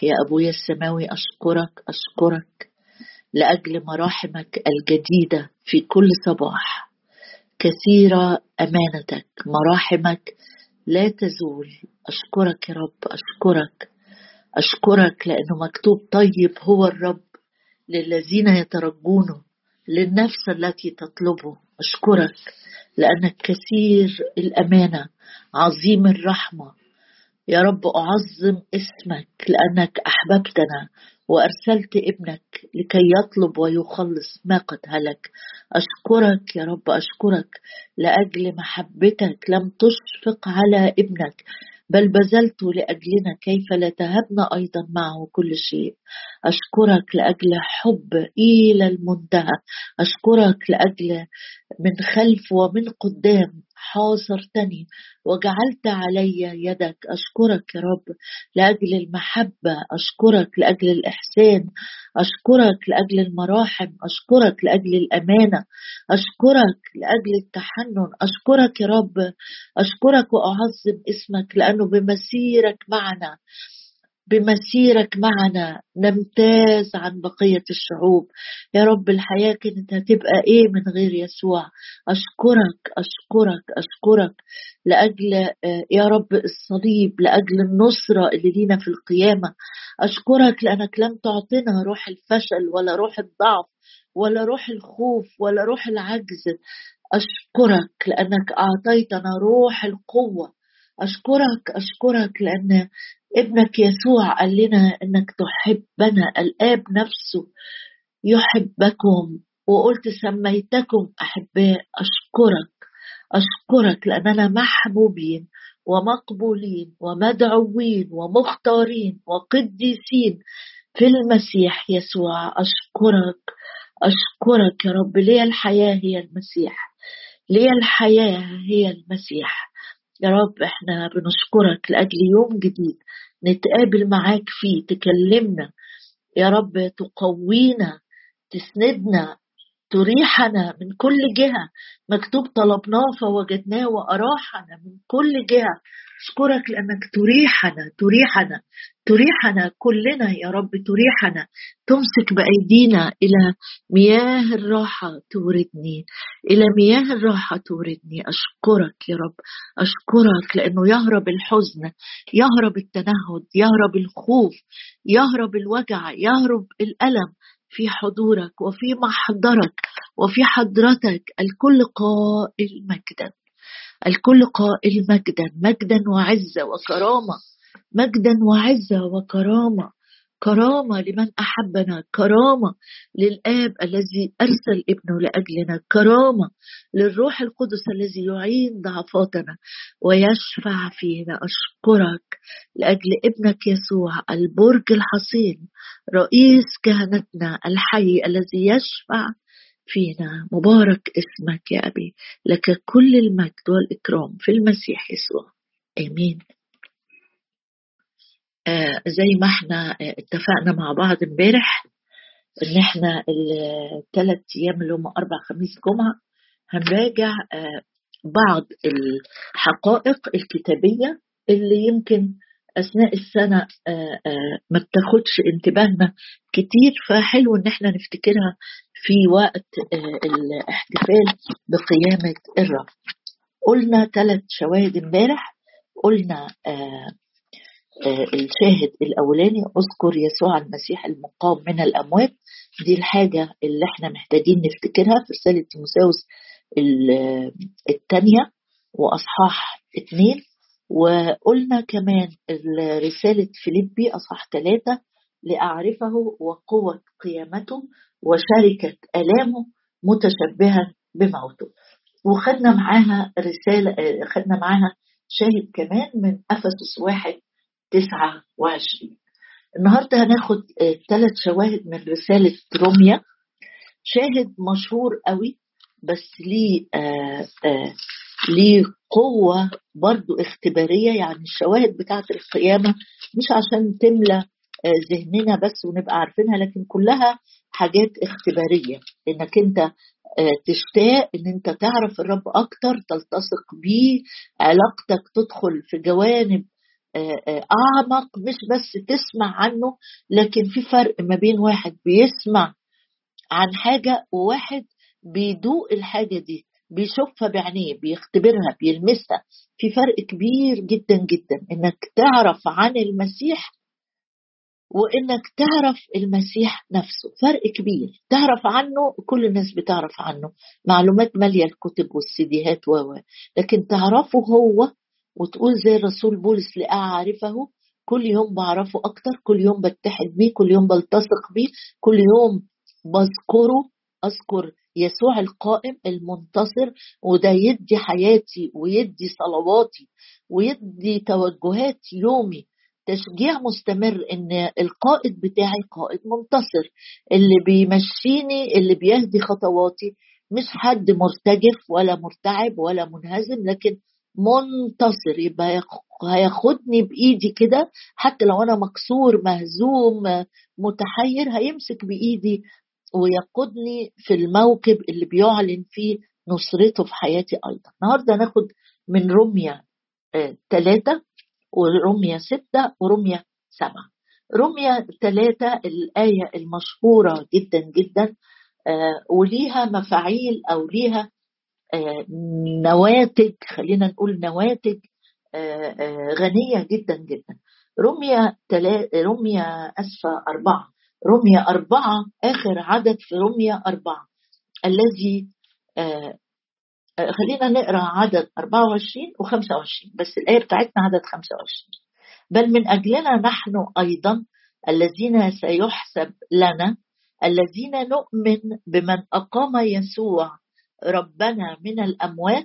يا أبويا السماوي أشكرك لأجل مراحمك الجديدة في كل صباح. كثيرة أمانتك، مراحمك لا تزول. أشكرك يا رب، أشكرك لأنه مكتوب طيب هو الرب للذين يترجونه، للنفس التي تطلبه. أشكرك لأنك كثير الأمانة، عظيم الرحمة. يا رب أعظم اسمك لأنك أحببتنا وأرسلت ابنك لكي يطلب ويخلص ما قد هلك. أشكرك يا رب، أشكرك لأجل محبتك لم تشفق على ابنك بل بذلته لأجلنا، كيف لا تهبنا أيضا معه كل شيء. أشكرك لأجل حب إلى المنتهى. أشكرك لأجل من خلف ومن قدام حاصرتني وجعلت علي يدك. أشكرك يا رب لأجل المحبة، أشكرك لأجل الإحسان، أشكرك لأجل المراحم، أشكرك لأجل الأمانة، أشكرك لأجل التحنن. أشكرك يا رب، أشكرك وأعظم اسمك لأنه بمسيرك معنا نمتاز عن بقية الشعوب. يا رب الحياة كانت هتبقى ايه من غير يسوع. أشكرك لأجل يا رب الصليب، لأجل النصرة اللي لينا في القيامة. أشكرك لأنك لم تعطينا روح الفشل ولا روح الضعف ولا روح الخوف ولا روح العجز. أشكرك لأنك أعطيتنا روح القوة. أشكرك لأن ابنك يسوع قال لنا إنك تحبنا، الآب نفسه يحبكم وقلت سميتكم أحباء. أشكرك لأننا محبوبين ومقبولين ومدعوين ومختارين وقديسين في المسيح يسوع. أشكرك يا رب. لي الحياة هي المسيح، لي الحياة هي المسيح. يا رب احنا بنشكرك لأجل يوم جديد نتقابل معاك فيه، تكلمنا يا رب، تقوينا، تسندنا، تريحنا من كل جهة. مكتوب طلبناه فوجدناه وأراحنا من كل جهة. أشكرك لأنك تريحنا كلنا يا رب، تريحنا، تمسك بأيدينا إلى مياه الراحة توردني، إلى مياه الراحة توردني. أشكرك يا رب، أشكرك لأنه يهرب الحزن، يهرب التنهد، يهرب الخوف، يهرب الوجع، يهرب الألم في حضورك وفي محضرك وفي حضرتك. الكل قائل مجدا، الكل قائل مجدا وعزة وكرامة، مجدا وعزة وكرامة. كرامة لمن أحبنا، كرامة للآب الذي أرسل ابنه لأجلنا، كرامة للروح القدس الذي يعين ضعفاتنا ويشفع فينا. أشكرك لأجل ابنك يسوع البرج الحصين، رئيس كهنتنا الحي الذي يشفع فينا. مبارك اسمك يا أبي، لك كل المجد والإكرام في المسيح يسوع، آمين. زي ما احنا اتفقنا مع بعض امبارح ان احنا ال3 ايام اللي هم 4 5 جمعة هنراجع بعض الحقائق الكتابية اللي يمكن اثناء السنة ما بتاخدش انتباهنا كتير، فحلو ان احنا نفتكرها في وقت الاحتفال بقيامة الرب. قلنا 3 شواهد امبارح. قلنا الشاهد الأولاني أذكر يسوع المسيح المقام من الأموات. دي الحاجة اللي احنا محتاجين نفتكرها في رسالة تيموثاوس الثانية وأصحاح 2. وقلنا كمان رسالة فيليبي أصحاح 3 لأعرفه وقوة قيامته وشركة آلامه متشبها بموته. وخدنا معاها خدنا معاها شاهد كمان من أفسس 1:29. النهاردة هناخد 3 شواهد من رسالة روميا. شاهد مشهور قوي بس ليه قوة برضو اختبارية. يعني الشواهد بتاعة القيامة مش عشان تملى ذهننا بس ونبقى عارفينها، لكن كلها حاجات اختبارية، انك انت تشتاق ان انت تعرف الرب اكتر، تلتصق بيه، علاقتك تدخل في جوانب أعمق، مش بس تسمع عنه، لكن في فرق ما بين واحد بيسمع عن حاجة وواحد بيدوق الحاجة دي، بيشوفها بعينيه، بيختبرها، بيلمسها. في فرق كبير جدا جدا إنك تعرف عن المسيح وإنك تعرف المسيح نفسه. فرق كبير. تعرف عنه كل الناس بتعرف عنه، معلومات مالية الكتب والسيديهات لكن تعرفه هو وتقول زي الرسول بولس لأعرفه كل يوم بعرفه أكتر، كل يوم بتحد بيه، كل يوم بلتصق بيه، كل يوم بذكره، أذكر يسوع القائم المنتصر. وده يدي حياتي ويدي صلواتي ويدي توجهات يومي تشجيع مستمر ان القائد بتاعي قائد منتصر، اللي بيمشيني، اللي بيهدي خطواتي، مش حد مرتجف ولا مرتعب ولا منهزم، لكن منتصر. يبقى هياخدني بايدي كده حتى لو انا مكسور مهزوم متحير، هيمسك بايدي ويقودني في الموكب اللي بيعلن فيه نصرته في حياتي. ايضا النهارده ناخد من رمية 3 ورمية 6 ورمية 7. رمية 3 الآية المشهورة جدا جدا، وليها مفاعيل أو ليها نواتج، خلينا نقول نواتج غنية جدا جدا. رمية 4. رمية 4 آخر عدد في رمية 4 الذي خلينا نقرأ عدد 24 و25 بس. الآية بتاعتنا عدد 25: بل من أجلنا نحن أيضا الذين سيحسب لنا، الذين نؤمن بمن أقام يسوع ربنا من الأموات،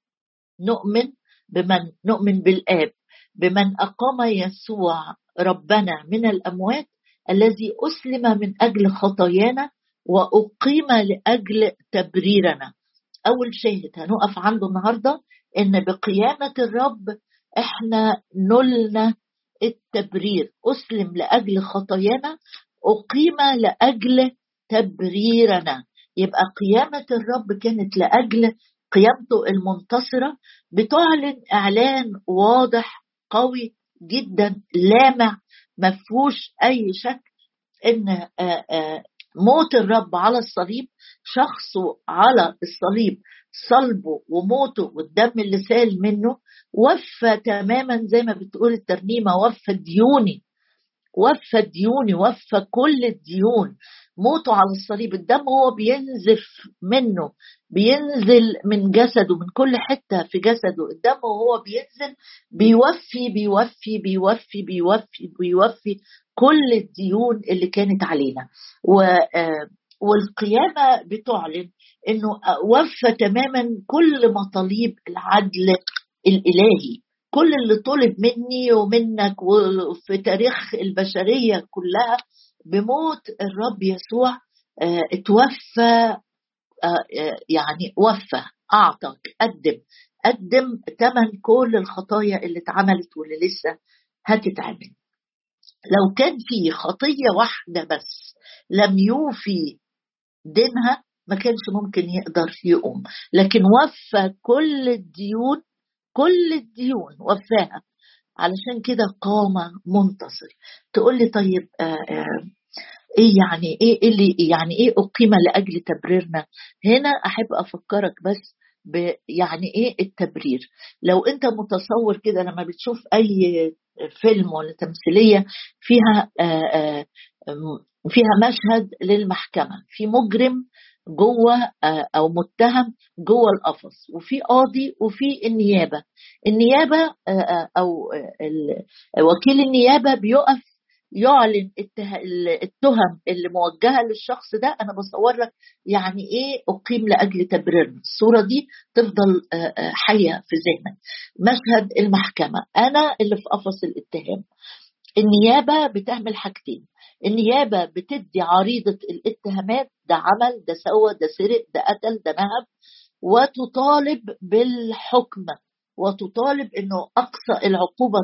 نؤمن بالآب، بمن أقام يسوع ربنا من الأموات، الذي أسلم من أجل خطايانا وأقيم لأجل تبريرنا. أول شاهد هنقف عنده النهاردة إن بقيامة الرب إحنا نلنا التبرير. أسلم لأجل خطايانا، أقيم لأجل تبريرنا. يبقى قيامة الرب كانت لأجل قيامته المنتصرة، بتعلن إعلان واضح قوي جدا لامع مفهوش أي شك إن موت الرب على الصليب، شخصه على الصليب، صلبه وموته والدم اللي سال منه، وفى تماما زي ما بتقول الترنيمة: وفى ديوني، وفى ديوني، وفى كل الديون. موته على الصليب، الدم هو بينزف منه، بينزل من جسده، من كل حتة في جسده الدم وهو بينزل بيوفي بيوفي بيوفي بيوفي بيوفي كل الديون اللي كانت علينا. والقيامة بتعلن انه وفى تماما كل مطالب العدل الإلهي، كل اللي طلب مني ومنك وفي تاريخ البشرية كلها بموت الرب يسوع اتوفى. يعني وفى، أعطى، قدم ثمن كل الخطايا اللي اتعملت واللي لسه هتتعمل. لو كان في خطية واحدة بس لم يوفي دينها ما كانش ممكن يقدر يقوم، لكن وفى كل الديون، كل الديون وفاها. علشان كده قام منتصر. تقول لي طيب ايه يعني ايه اللي يعني ايه اقيم لاجل تبريرنا؟ هنا احب افكرك بس يعني ايه التبرير. لو انت متصور كده لما بتشوف اي فيلم ولا تمثيليه فيها مشهد للمحكمه، في مجرم جوه او متهم جوه القفص، وفي قاضي وفي النيابه او وكيل النيابه بيقف يعلن التهم اللي موجهة للشخص ده. أنا بصور لك يعني إيه أقيم لأجل تبريرنا. الصورة دي تفضل حية في ذهنك. مشهد المحكمة، أنا اللي في قفص الاتهام. النيابة بتعمل حاجتين: النيابة بتدي عريضة الاتهامات، ده عمل، ده سوى، ده سرق، ده قتل، ده نهب، وتطالب بالحكم، وتطالب انه اقصى العقوبه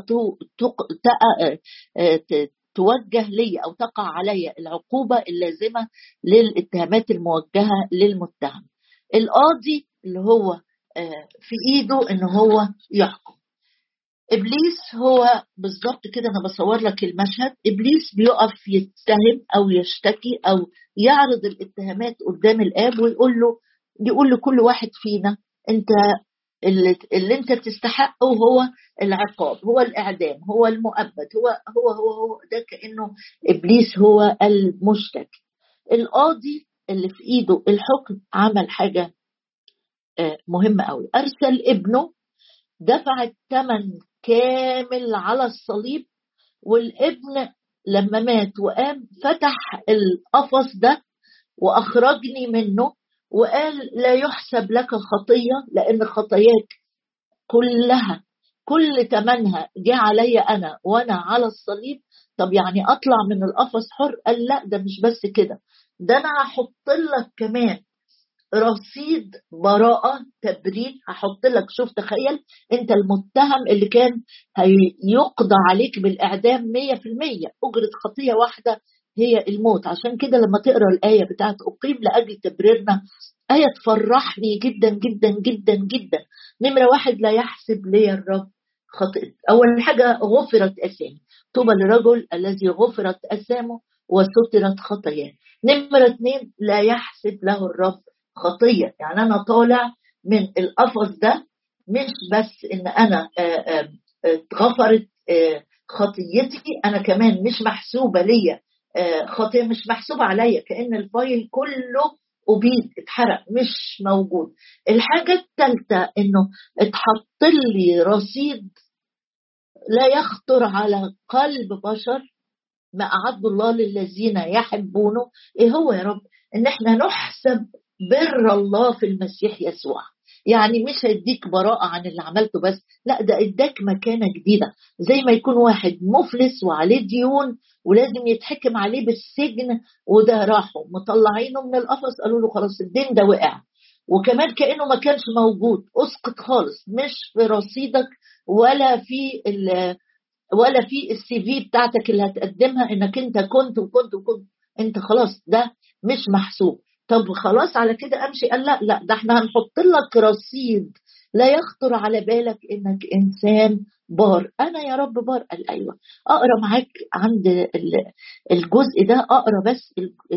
توجه لي او تقع علي العقوبه اللازمه للاتهامات الموجهه للمتهم. القاضي اللي هو في ايده ان هو يحكم. إبليس هو بالظبط كده، أنا بصور لك المشهد. إبليس بيقف يتهم أو يشتكي أو يعرض الاتهامات قدام الآب، يقول لكل واحد فينا: أنت اللي أنت تستحقه هو العقاب، هو الإعدام، هو المؤبد، هو ده. كأنه إبليس هو المشتكي. القاضي اللي في إيده الحكم عمل حاجة مهمة قوي، أرسل ابنه، دفع الثمن كامل على الصليب. والابن لما مات وقام فتح القفص ده وأخرجني منه، وقال: لا يحسب لك خطية، لأن خطاياك كلها كل ثمنها جه عليا أنا وأنا على الصليب. طب يعني أطلع من القفص حر؟ قال: لا، ده مش بس كده، ده أنا هحط لك كمان رصيد براءة، تبرير. هحط لك، شوف تخيل، انت المتهم اللي كان هيقضى عليك بالإعدام 100%، أجرة خطية واحدة هي الموت. عشان كده لما تقرأ الآية بتاعت أقيم لأجل تبريرنا، آية تفرحني جدا جدا جدا جدا. نمرة واحد: لا يحسب لي الرب خطيئة. أول حاجة: غفرت أثامي. طوبى للرجل الذي غفرت أثامه وسترت خطاياه. نمرة اتنين: لا يحسب له الرب خطية. يعني أنا طالع من القفص ده مش بس إن أنا اتغفرت خطيتي، أنا كمان مش محسوبة ليا خطية، مش محسوبة عليا، كأن الفايل كله أبيد، اتحرق، مش موجود. الحاجة الثالثة إنه اتحط لي رصيد لا يخطر على قلب بشر، ما أعد الله للذين يحبونه. إيه هو يا رب؟ إن إحنا نحسب بر الله في المسيح يسوع. يعني مش هيديك براءة عن اللي عملته بس، لا، ده اداك مكانة جديدة. زي ما يكون واحد مفلس وعليه ديون ولازم يتحكم عليه بالسجن، وده راحوا مطلعينه من القفص، قالوا له خلاص الدين ده وقع، وكمان كأنه ما كانش موجود، اسقط خالص، مش في رصيدك ولا في السي في بتاعتك اللي هتقدمها انك انت كنت وكنت وكنت. انت خلاص ده مش محسوب. طب خلاص على كده امشي؟ قال: لا لا، ده احنا هنحط لك رصيد لا يخطر على بالك انك انسان بار. انا يا رب بار؟ قال: ايوه. اقرا معاك عند الجزء ده، اقرا بس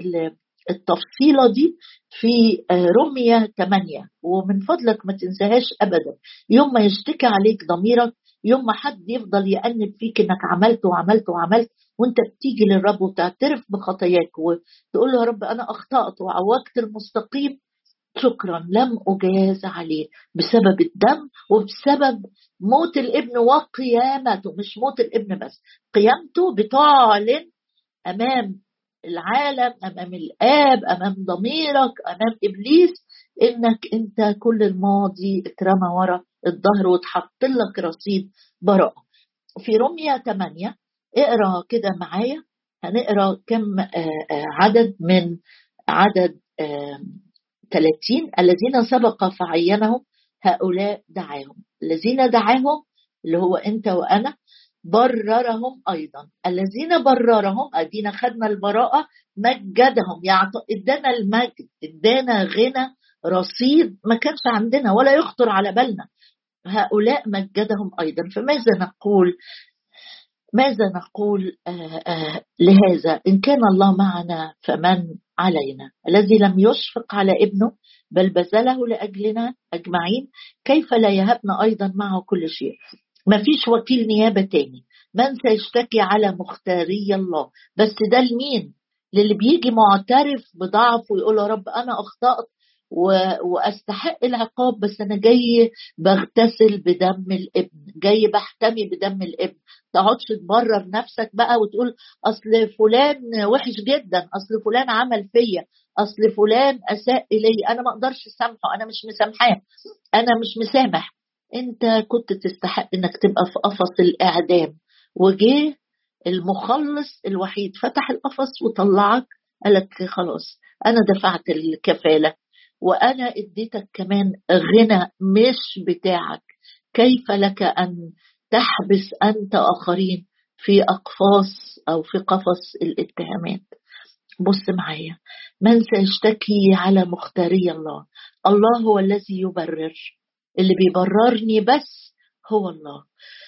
التفصيلة دي في رمية 8. ومن فضلك ما تنساهاش أبدا. يوم ما يشتكي عليك ضميرك، يوم ما حد يفضل يأنب فيك انك عملت وعملت وعملت، وانت بتيجي للرب وتعترف بخطاياك وتقول له: يا رب انا اخطأت وعوجت المستقيم، شكرا، لم اجاز عليه بسبب الدم وبسبب موت الابن وقيامته. مش موت الابن بس، قيامته بتعلن امام العالم، امام الاب، امام ضميرك، امام ابليس، انك انت كل الماضي اترمى ورا الظهر وتحط لك رصيد براءة. في رمية 8 اقرا كده معايا. هنقرا كم عدد من عدد 30. الذين سبق فعينهم هؤلاء دعاهم، الذين دعاهم اللي هو انت وانا، بررهم ايضا. الذين بررهم، ادينا خدنا البراءه، مجدهم، ادانا المجد، ادانا غنى، رصيد ما كانش عندنا ولا يخطر على بالنا. هؤلاء مجدهم ايضا. فماذا نقول؟ ماذا نقول لهذا؟ إن كان الله معنا فمن علينا؟ الذي لم يشفق على ابنه بل بذله لأجلنا أجمعين، كيف لا يهبنا أيضا معه كل شيء؟ ما فيش وكيل نيابة تاني. من سيشتكي على مختاري الله؟ بس ده لمين؟ للي بيجي معترف بضعف ويقول: يا رب أنا أخطأت واستحق العقاب، بس انا جاي بغتسل بدم الابن، جاي بحتمي بدم الابن. تقعدش تبرر نفسك بقى وتقول: اصل فلان وحش جدا، اصل فلان عمل فيا، اصل فلان اساء الي، انا ما اقدرش اسامحه، انا مش مسامحاه، انا مش مسامح. انت كنت تستحق انك تبقى في قفص الاعدام، وجه المخلص الوحيد فتح القفص وطلعك، قالك: خلاص انا دفعت الكفالة وانا اديتك كمان غنى مش بتاعك. كيف لك ان تحبس انت اخرين في اقفاص او في قفص الاتهامات؟ بص معايا. من سيشتكي على مختاري الله؟ الله هو الذي يبرر. اللي بيبررني بس هو الله.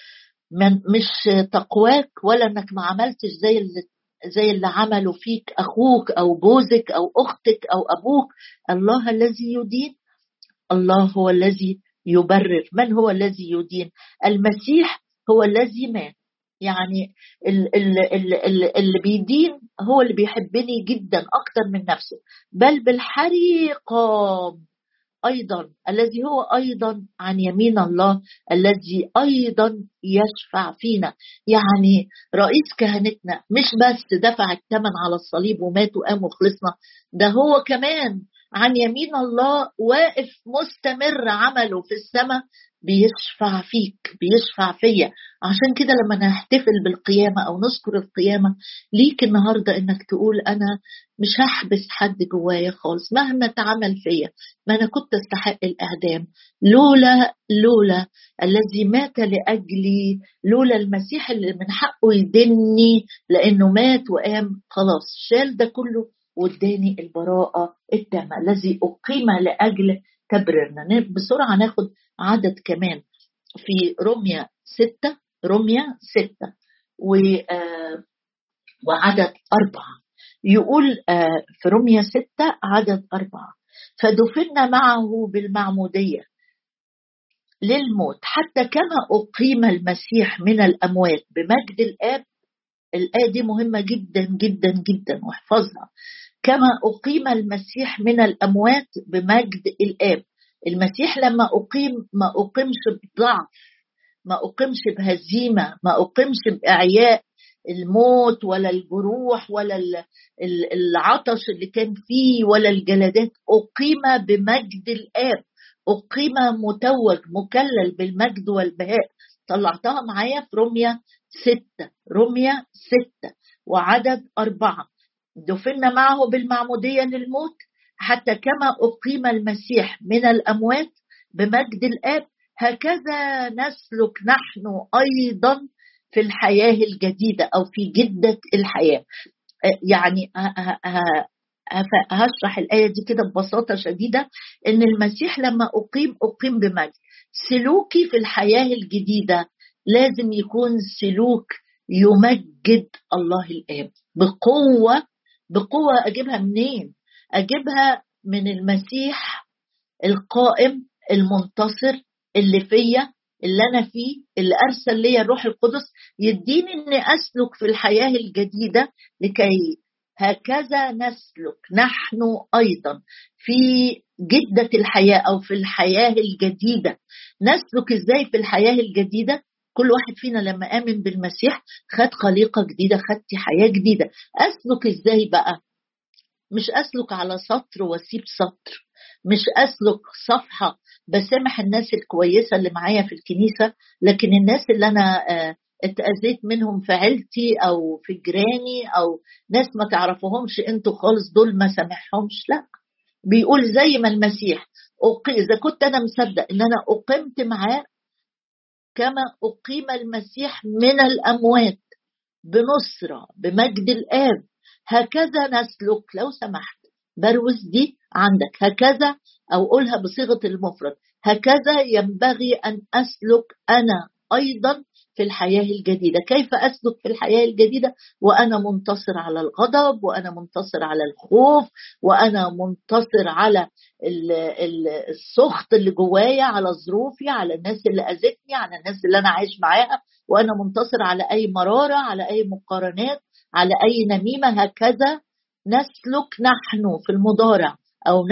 مش تقواك ولا انك ما عملتش زي اللي عملوا فيك اخوك او جوزك او اختك او ابوك. الله الذي يدين، الله هو الذي يبرر. من هو الذي يدين؟ المسيح هو الذي مات. يعني اللي بيدين هو اللي بيحبني جدا اكتر من نفسه، بل بالحريقة أيضا، الذي هو أيضا عن يمين الله، الذي أيضا يشفع فينا. يعني رئيس كهنتنا مش بس دفع الثمن على الصليب ومات وقام وخلصنا، ده هو كمان عن يمين الله واقف مستمر عمله في السماء، بيشفع فيك بيشفع فيا. عشان كده لما نحتفل بالقيامة أو نذكر القيامة ليك النهاردة، إنك تقول أنا مش هحبس حد جوايا خالص مهما تعمل فيا. ما أنا كنت استحق الإعدام لولا الذي مات لأجلي، لولا المسيح اللي من حقه يدني لأنه مات وقام خلاص شال ده كله واداني البراءة التامة، الذي أقيم لأجل تبررنا. بسرعة ناخد عدد كمان في رمية 6، رمية 6 وعدد 4. يقول في رمية 6 عدد 4: فدفنا معه بالمعمودية للموت حتى كما أقيم المسيح من الأموات بمجد الآب. الآية دي مهمة جدا جدا جدا واحفظها. كما أقيم المسيح من الأموات بمجد الآب. المسيح لما أقيم ما أقيمش بضعف، ما أقيمش بهزيمة، ما أقيمش بإعياء الموت ولا الجروح ولا العطش اللي كان فيه ولا الجلدات. أقيم بمجد الآب، أقيم متوج مكلل بالمجد والبهاء. طلعتها معايا في رمية 6، رمية 6 وعدد 4: دفنا معه بالمعمودية للموت حتى كما أقيم المسيح من الأموات بمجد الآب، هكذا نسلك نحن أيضا في الحياة الجديدة أو في جدة الحياة. يعني هشرح الآية دي كده ببساطة شديدة. إن المسيح لما أقيم بمجد، سلوكي في الحياة الجديدة لازم يكون سلوك يمجد الله الآب بقوة. بقوة أجيبها منين؟ أجيبها من المسيح القائم المنتصر اللي فيا، اللي أنا فيه، اللي أرسل لي الروح القدس يديني أني أسلك في الحياة الجديدة، لكي هكذا نسلك نحن أيضا في جدة الحياة أو في الحياة الجديدة. نسلك إزاي في الحياة الجديدة؟ كل واحد فينا لما آمن بالمسيح خد خليقة جديدة، خدت حياة جديدة. أسلك إزاي بقى؟ مش أسلك على سطر واسيب سطر، مش أسلك صفحة بسامح الناس الكويسة اللي معايا في الكنيسة، لكن الناس اللي أنا اتأذيت منهم في عيلتي أو في جيراني أو ناس ما تعرفوهمش انتوا خالص، دول ما سامحهمش. لا، بيقول زي ما المسيح إذا كنت أنا مصدق إن أنا أقمت معاه كما أقيم المسيح من الأموات بنصرة بمجد الآب، هكذا نسلك. لو سمحت بروز دي عندك، هكذا أو قولها بصيغة المفرد، هكذا ينبغي أن أسلك أنا أيضا في الحياة الجديدة. كيف أسلك في الحياة الجديدة وأنا منتصر على الغضب، وأنا منتصر على الخوف، وأنا منتصر على السخط اللي جوايا، على ظروفي، على الناس اللي أذتني، على الناس اللي أنا عايش معاها، وأنا منتصر على أي مرارة، على أي مقارنات، على أي نميمة. هكذا نسلك نحن في المضارع، أو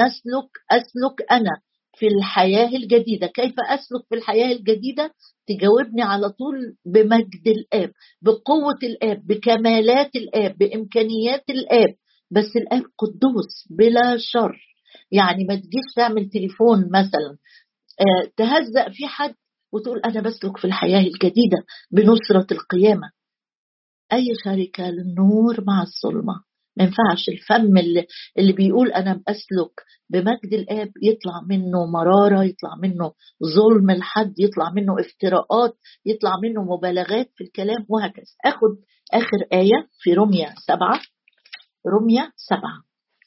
أسلك أنا في الحياة الجديدة. كيف أسلك في الحياة الجديدة؟ تجاوبني على طول: بمجد الآب، بقوة الآب، بكمالات الآب، بإمكانيات الآب. بس الآب قدوس بلا شر. يعني ما تجيش تعمل تليفون مثلا تهزأ في حد وتقول أنا بسلك في الحياة الجديدة بنصرة القيامة. أي شركة للنور مع الظلمة. ما ينفعش الفم اللي بيقول أنا بأسلك بمجد الآب يطلع منه مرارة، يطلع منه ظلم لحد، يطلع منه افتراءات، يطلع منه مبالغات في الكلام وهكذا. أخد آخر آية في رمية 7، رمية 7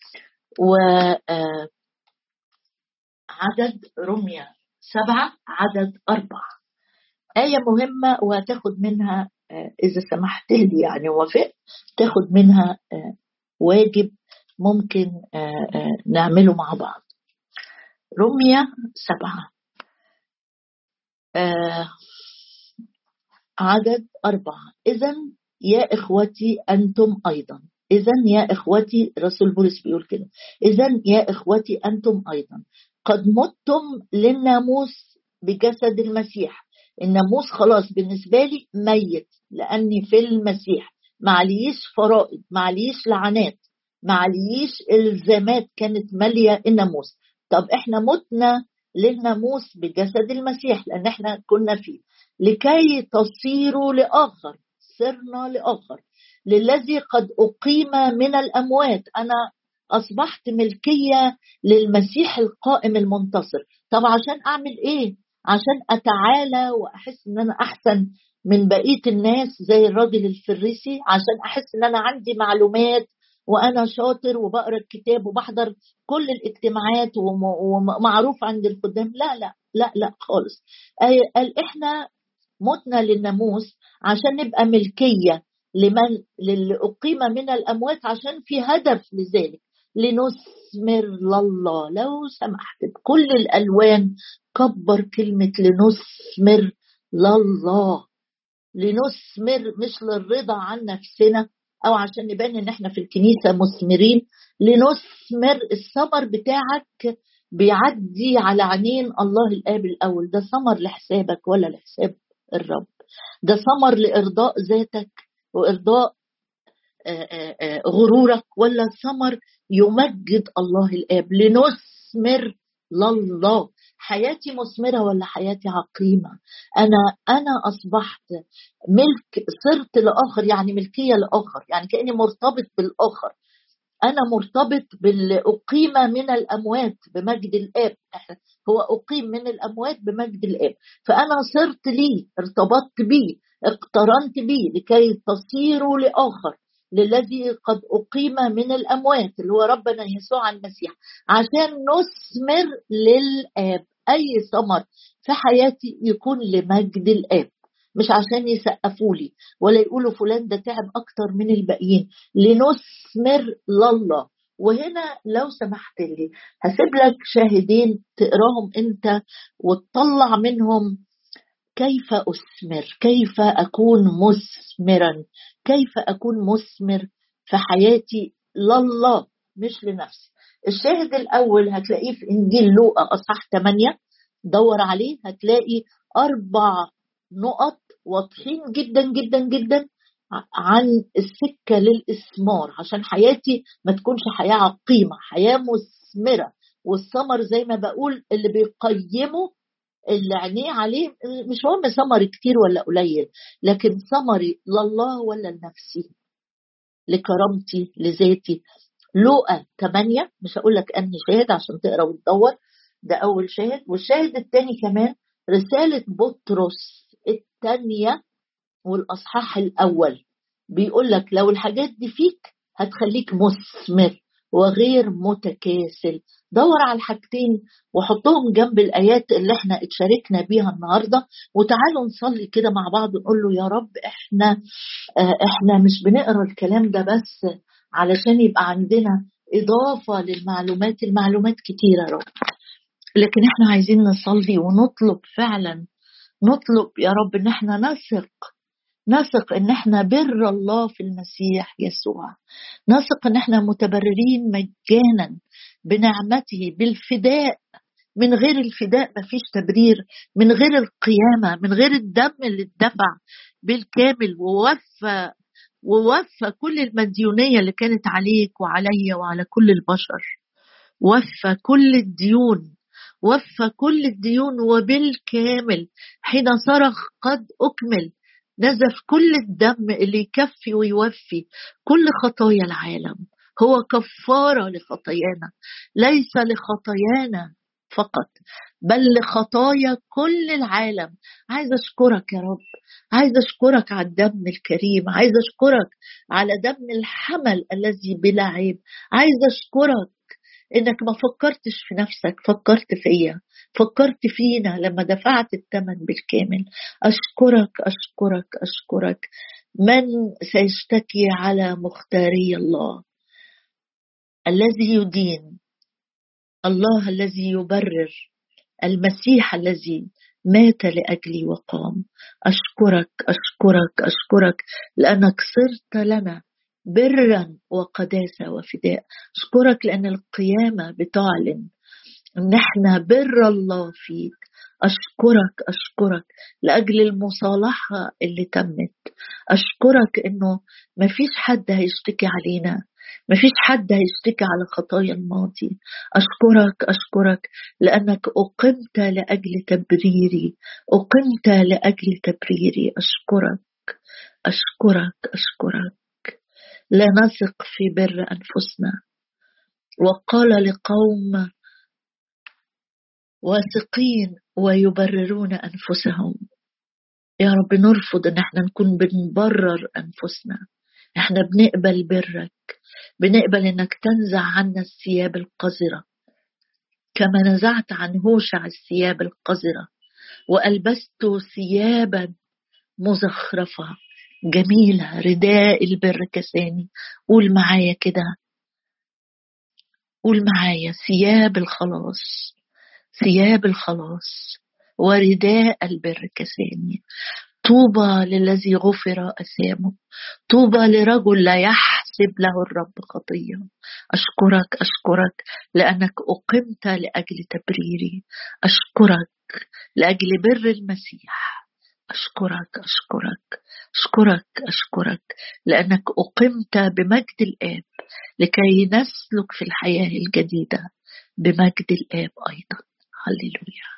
وعدد رمية 7 عدد 4: آية مهمة وهتاخد منها إذا سمحت لي يعني وافق تاخد منها واجب ممكن نعمله مع بعض. رمية 7 عدد 4. إذن يا إخوتي أنتم أيضا، إذن يا إخوتي رسول بولس بيقول كده، إذن يا إخوتي أنتم أيضا قد متم للناموس بجسد المسيح. الناموس خلاص بالنسبة لي ميت، لأني في المسيح معليش فرائض، معليش لعنات، معليش إلزامات كانت مالية الناموس. طب إحنا متنا للناموس بجسد المسيح لأن إحنا كنا فيه، لكي تصيروا لآخر، صرنا لآخر للذي قد أقيم من الأموات. أنا أصبحت ملكية للمسيح القائم المنتصر. طب عشان أعمل إيه؟ عشان أتعالى وأحس إن أنا أحسن من بقية الناس زي الراجل الفريسي، عشان أحس إن أنا عندي معلومات وأنا شاطر وبقرأ الكتاب وبحضر كل الاجتماعات ومعروف عند الخدام. لا لا لا لا خالص. قال إحنا متنا للناموس عشان نبقى ملكية للي أقيم من الأموات، عشان في هدف لذلك، لنثمر لله. لو سمحت بكل الألوان كبر كلمة لنثمر لله. لنثمر مش للرضا عن نفسنا أو عشان نبان إن احنا في الكنيسة مثمرين. لنثمر الثمر بتاعك بيعدي على عينين الله الآب الأول. ده ثمر لحسابك ولا لحساب الرب؟ ده ثمر لإرضاء ذاتك وإرضاء غرورك، ولا ثمر يمجد الله الآب؟ لنثمر لله. حياتي مثمرة ولا حياتي عقيمة؟ أنا أصبحت ملك، صرت لآخر، يعني ملكية لآخر، يعني كأني مرتبط بالآخر. أنا مرتبط بالأقيم من الأموات بمجد الآب. هو أقيم من الأموات بمجد الآب، فأنا صرت ليه، ارتبطت بيه، اقترنت بيه لكي تصيروا لآخر للذي قد أقيم من الأموات اللي هو ربنا يسوع المسيح، عشان نثمر للآب. أي ثمر في حياتي يكون لمجد الآب، مش عشان يسقفوا لي ولا يقولوا فلان ده تعب أكتر من الباقيين. لنثمر لله. وهنا لو سمحت لي هسيب لك شاهدين تقراهم انت وتطلع منهم كيف أثمر، كيف أكون مثمرا، كيف أكون مثمر في حياتي لله مش لنفسي. الشاهد الأول هتلاقيه في إنجيل لوقا أصحاح 8، دور عليه هتلاقي 4 نقط واضحين جدا جدا جدا عن السكة للإثمار، عشان حياتي ما تكونش حياة عقيمة، حياة مثمرة. والثمر زي ما بقول اللي بيقيمه اللي عينيه عليه مش مهم ثمري كتير ولا قليل، لكن ثمري لله ولا لنفسي، لكرامتي، لذاتي. لوقا 8 مش هقول لك انهي شاهد عشان تقرا وتدور، ده اول شاهد. والشاهد الثاني كمان رسالة بطرس الثانية والاصحاح الاول، بيقول لك لو الحاجات دي فيك هتخليك مثمر وغير متكاسل. دور على الحاجتين وحطهم جنب الآيات اللي احنا اتشاركنا بيها النهاردة، وتعالوا نصلي كده مع بعض ونقول له يا رب احنا مش بنقرأ الكلام ده بس علشان يبقى عندنا إضافة للمعلومات، المعلومات كتيرة يا رب، لكن احنا عايزين نصلي ونطلب فعلا، نطلب يا رب ان احنا نثق ان احنا بر الله في المسيح يسوع، نثق ان احنا متبررين مجانا بنعمته بالفداء. من غير الفداء مفيش تبرير، من غير القيامة، من غير الدم اللي اتدفع بالكامل ووفى كل المديونية اللي كانت عليك وعليا وعلى كل البشر. وفى كل الديون، وفى كل الديون وبالكامل. حين صرخ قد أكمل نزف كل الدم اللي يكفي ويوفي كل خطايا العالم. هو كفارة لخطايانا، ليس لخطايانا فقط بل لخطايا كل العالم. عايز أشكرك يا رب، عايز أشكرك على الدم الكريم، عايز أشكرك على دم الحمل الذي بلا عيب. عايز أشكرك إنك ما فكرتش في نفسك، فكرت فيا، فكرت فينا لما دفعت الثمن بالكامل. أشكرك أشكرك أشكرك. من سيشتكي على مختاري الله الذي يدين، الله الذي يبرر، المسيح الذي مات لأجلي وقام. أشكرك أشكرك أشكرك لأنك صرت لنا برا وقداسة وفداء. أشكرك لأن القيامة بتعلن ان احنا بر الله فيك. اشكرك اشكرك لاجل المصالحة اللي تمت. اشكرك انه مفيش حد هيشتكي علينا، مفيش حد هيشتكي على خطايا الماضي. اشكرك اشكرك لانك اقمت لاجل تبريري، اقمت لاجل تبريري. اشكرك اشكرك اشكرك. لا نثق في بر انفسنا. وقال لقوم واثقين ويبررون أنفسهم. يا رب نرفض ان احنا نكون بنبرر أنفسنا. احنا بنقبل برك، بنقبل انك تنزع عنا الثياب القذرة كما نزعت عن هوشع الثياب القذرة وألبست ثيابا مزخرفة جميلة، رداء البر كساني. قول معايا كده، قول معايا: ثياب الخلاص، ثياب الخلاص ورداء البر كساني. طوبى للذي غفر أثامه، طوبى لرجل لا يحسب له الرب خطية. أشكرك أشكرك لأنك أقمت لأجل تبريري. أشكرك لأجل بر المسيح. أشكرك أشكرك أشكرك أشكرك لأنك أقمت بمجد الآب لكي نسلك في الحياة الجديدة بمجد الآب أيضا. هللويا.